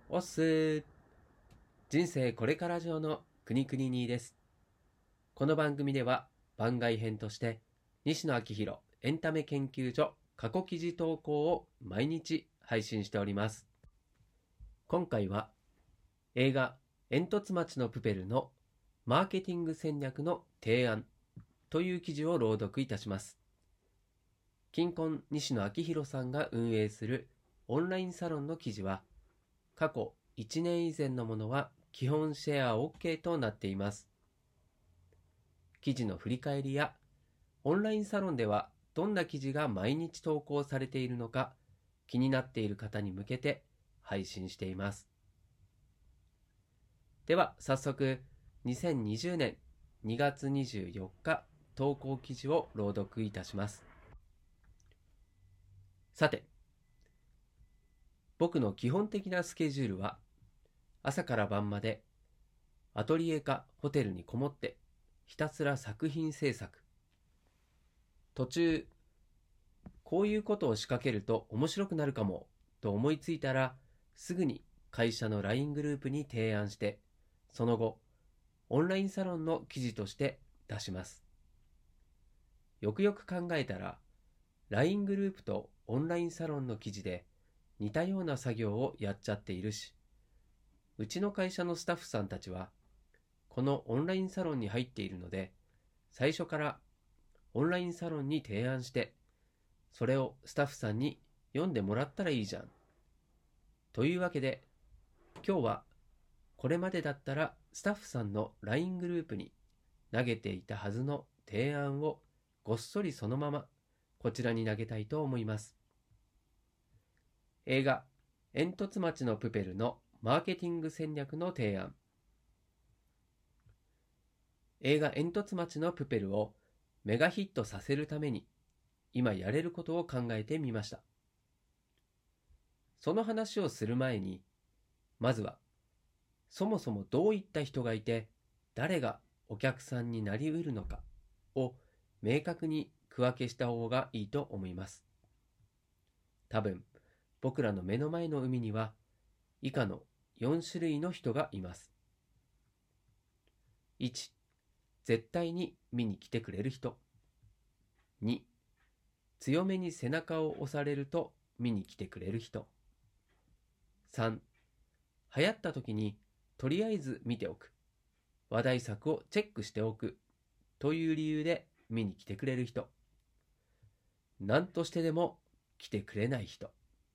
おっすー。人生これから上のくにくににです。この番組では番外編として西野昭弘エンタメ研究所過去記事投稿を毎日配信しております。今回は映画煙突町のプペルのマーケティング戦略の提案という記事を朗読いたします。近婚西野昭弘さんが運営するオンラインサロンの記事は過去1年以前のものは基本シェア OK となっています。記事の振り返りやオンラインサロンではどんな記事が毎日投稿されているのか気になっている方に向けて配信しています。では早速2020年2月24日投稿記事を朗読いたします。さて、僕の基本的なスケジュールは朝から晩までアトリエかホテルにこもってひたすら作品制作。途中こういうことを仕掛けると面白くなるかもと思いついたらすぐに会社の LINE グループに提案してその後オンラインサロンの記事として出します。よくよく考えたら LINE グループとオンラインサロンの記事で似たような作業をやっちゃっているし、うちの会社のスタッフさんたちはこのオンラインサロンに入っているので最初からオンラインサロンに提案してそれをスタッフさんに読んでもらったらいいじゃん。というわけで今日はこれまでだったらスタッフさんの LINE グループに投げていたはずの提案をごっそりそのままこちらに投げたいと思います。映画煙突町のプペルのマーケティング戦略の提案。映画煙突町のプペルをメガヒットさせるために今やれることを考えてみました。その話をする前にまずはそもそもどういった人がいて誰がお客さんになりうるのかを明確に区分けした方がいいと思います。多分僕らの目の前の海には以下の4種類の人がいます。1、絶対に見に来てくれる人。2、強めに背中を押されると見に来てくれる人。3、流行った時にとりあえず見ておく。話題作をチェックしておくという理由で見に来てくれる人。何としてでも来てくれない人。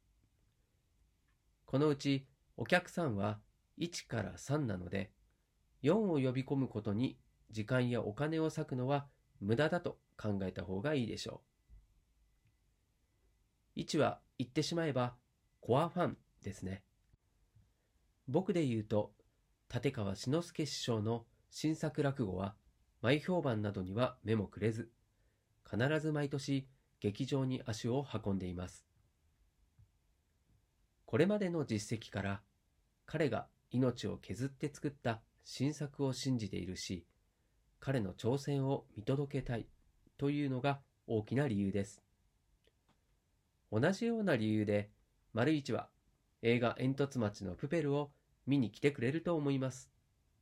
このうちお客さんは1から3なので4を呼び込むことに時間やお金を割くのは無駄だと考えた方がいいでしょう。1は言ってしまえばコアファンですね。僕で言うと立川志の輔師匠の新作落語は前評判などには目もくれず必ず毎年劇場に足を運んでいます。これまでの実績から彼が命を削って作った新作を信じているし彼の挑戦を見届けたいというのが大きな理由です。同じような理由で丸一は映画煙突町のプペルを見に来てくれると思います。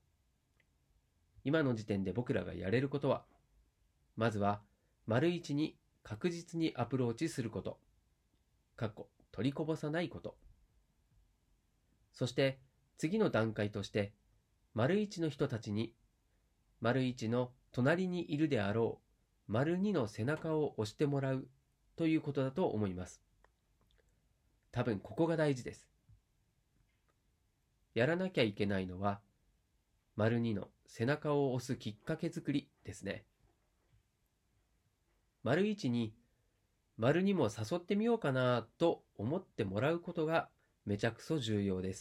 今の時点で僕らがやれることはまずは丸一に確実にアプローチすること、取りこぼさないこと。そして次の段階として丸一の人たちに丸一の隣にいるであろう丸二の背中を押してもらうということだと思います。多分ここが大事です。やらなきゃいけないのは丸二の背中を押すきっかけ作りですね。丸一に丸二も誘ってみようかなと思ってもらうことがめちゃくそ重要です。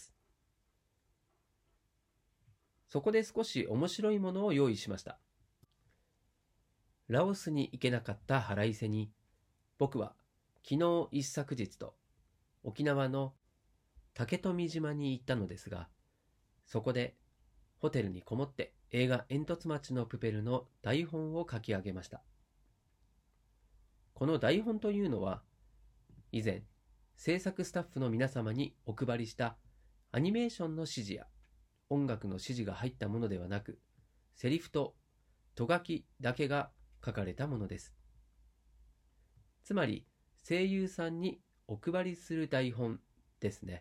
そこで少し面白いものを用意しました。ラオスに行けなかった腹いせに僕は昨日一昨日と沖縄の竹富島に行ったのですがそこでホテルにこもって映画煙突町のプペルの台本を書き上げました。この台本というのは以前制作スタッフの皆様にお配りしたアニメーションの指示や音楽の指示が入ったものではなく、セリフとと書きだけが書かれたものです。つまり、声優さんにお配りする台本ですね。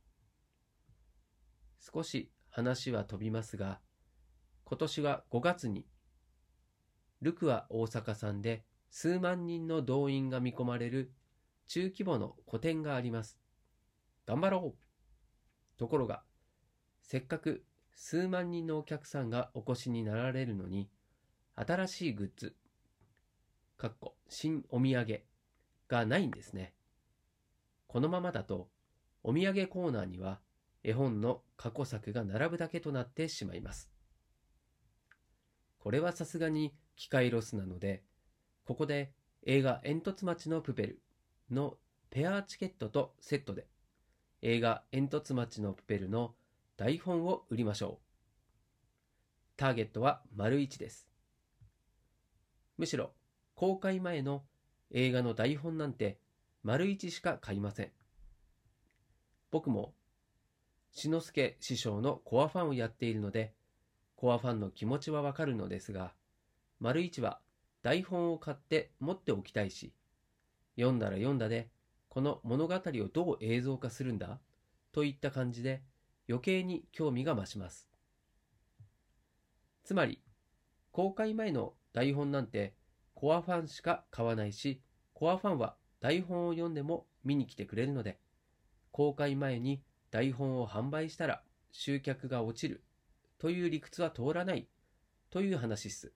少し話は飛びますが、今年は5月にルクア大阪さんで数万人の動員が見込まれる中規模の個展があります。頑張ろう。ところが、せっかく数万人のお客さんがお越しになられるのに、新しいグッズ、新お土産がないんですね。このままだと、お土産コーナーには絵本の過去作が並ぶだけとなってしまいます。これはさすがに機械ロスなので、ここで映画煙突町のプペルのペアチケットとセットで、映画煙突町のプペルの台本を売りましょう。ターゲットは丸1です。むしろ公開前の映画の台本なんて丸1しか買いません。僕も志の輔師匠のコアファンをやっているので、コアファンの気持ちはわかるのですが、丸1は台本を買って持っておきたいし、読んだら読んだで、この物語をどう映像化するんだといった感じで余計に興味が増します。つまり、公開前の台本なんてコアファンしか買わないし、コアファンは台本を読んでも見に来てくれるので、公開前に台本を販売したら集客が落ちるという理屈は通らないという話っす。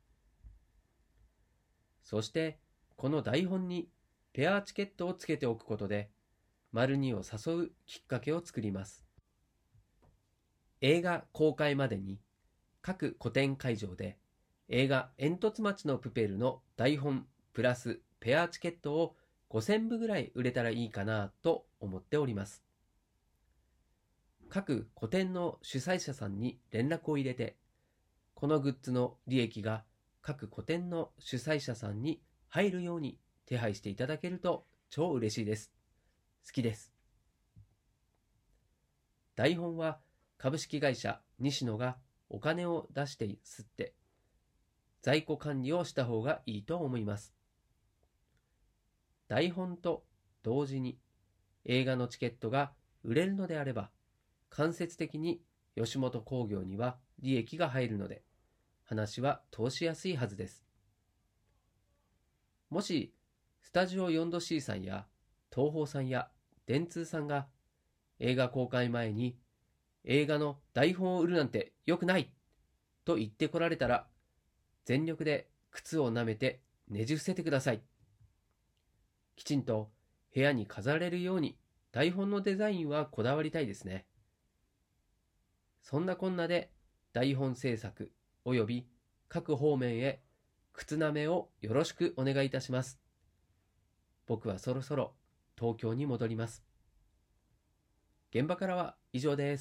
そしてこの台本にペアチケットをつけておくことで、丸2を誘うきっかけを作ります。映画公開までに各個展会場で映画煙突町のプペルの台本プラスペアチケットを5000部ぐらい売れたらいいかなと思っております。各個展の主催者さんに連絡を入れて、このグッズの利益が各個展の主催者さんに入るように手配していただけると超嬉しいです。好きです。台本は株式会社西野がお金を出して吸って在庫管理をした方がいいと思います。台本と同時に映画のチケットが売れるのであれば、間接的に吉本興業には利益が入るので、話は通しやすいはずです。もしスタジオ 4°C さんや東宝さんや電通さんが映画公開前に映画の台本を売るなんて良くないと言ってこられたら、全力で靴を舐めてねじ伏せてください。きちんと部屋に飾られるように台本のデザインはこだわりたいですね。そんなこんなで台本制作および各方面へ靴舐めをよろしくお願いいたします。僕はそろそろ東京に戻ります。現場からは以上です。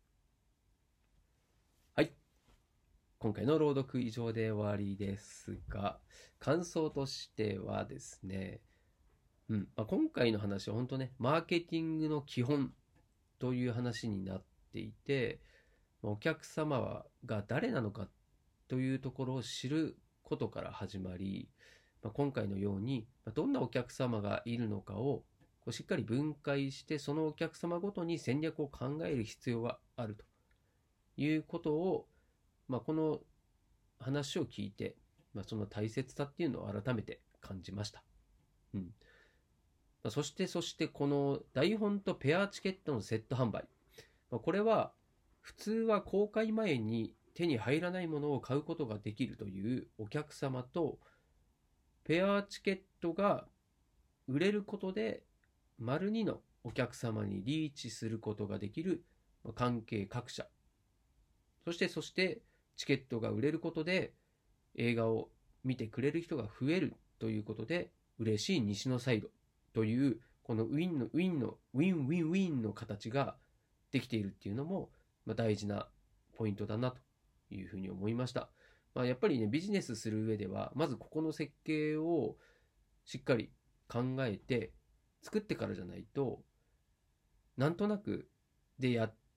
はい。今回の朗読以上で終わりですが、感想としてはですね、今回の話は本当ね、マーケティングの基本という話になっていて、お客様が誰なのかというところを知ることから始まり、今回のようにどんなお客様がいるのかをしっかり分解して、そのお客様ごとに戦略を考える必要があるということを、この話を聞いて、その大切さっていうのを改めて感じました。そしてこの台本とペアチケットのセット販売、これは普通は公開前に手に入らないものを買うことができるというお客様と、ペアチケットが売れることで丸2のお客様にリーチすることができる関係各社、そしてチケットが売れることで映画を見てくれる人が増えるということで嬉しい西のサイドという、このウィンウィンの形ができているっていうのも大事なポイントだなというふうに思いました。やっぱりね、ビジネスする上ではまずここの設計をしっかり考えて作ってからじゃないと、なんとなくでやっ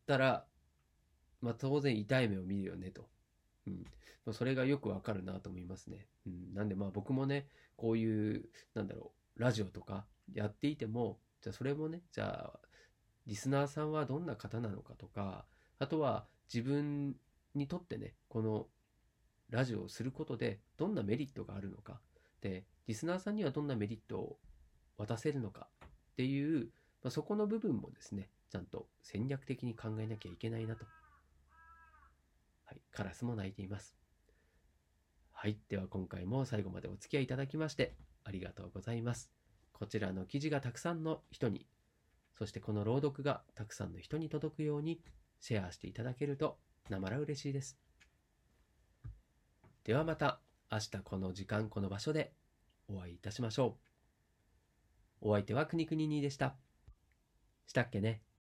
ったら、当然痛い目を見るよねと。それがよくわかるなと思いますね。なんで僕もね、こういう、ラジオとかやっていても、じゃあそれもね、じゃあ、リスナーさんはどんな方なのかとか、あとは自分にとってね、このラジオをすることでどんなメリットがあるのか、で、リスナーさんにはどんなメリットを渡せるのかっていう、そこの部分もですね、ちゃんと戦略的に考えなきゃいけないなと。はい、カラスも鳴いています。はい、では今回も最後までお付き合いいただきましてありがとうございます。こちらの記事がたくさんの人に、そしてこの朗読がたくさんの人に届くようにシェアしていただけるとなまら嬉しいです。ではまた明日この時間この場所でお会いいたしましょう。お相手はくにくににでした。したっけね。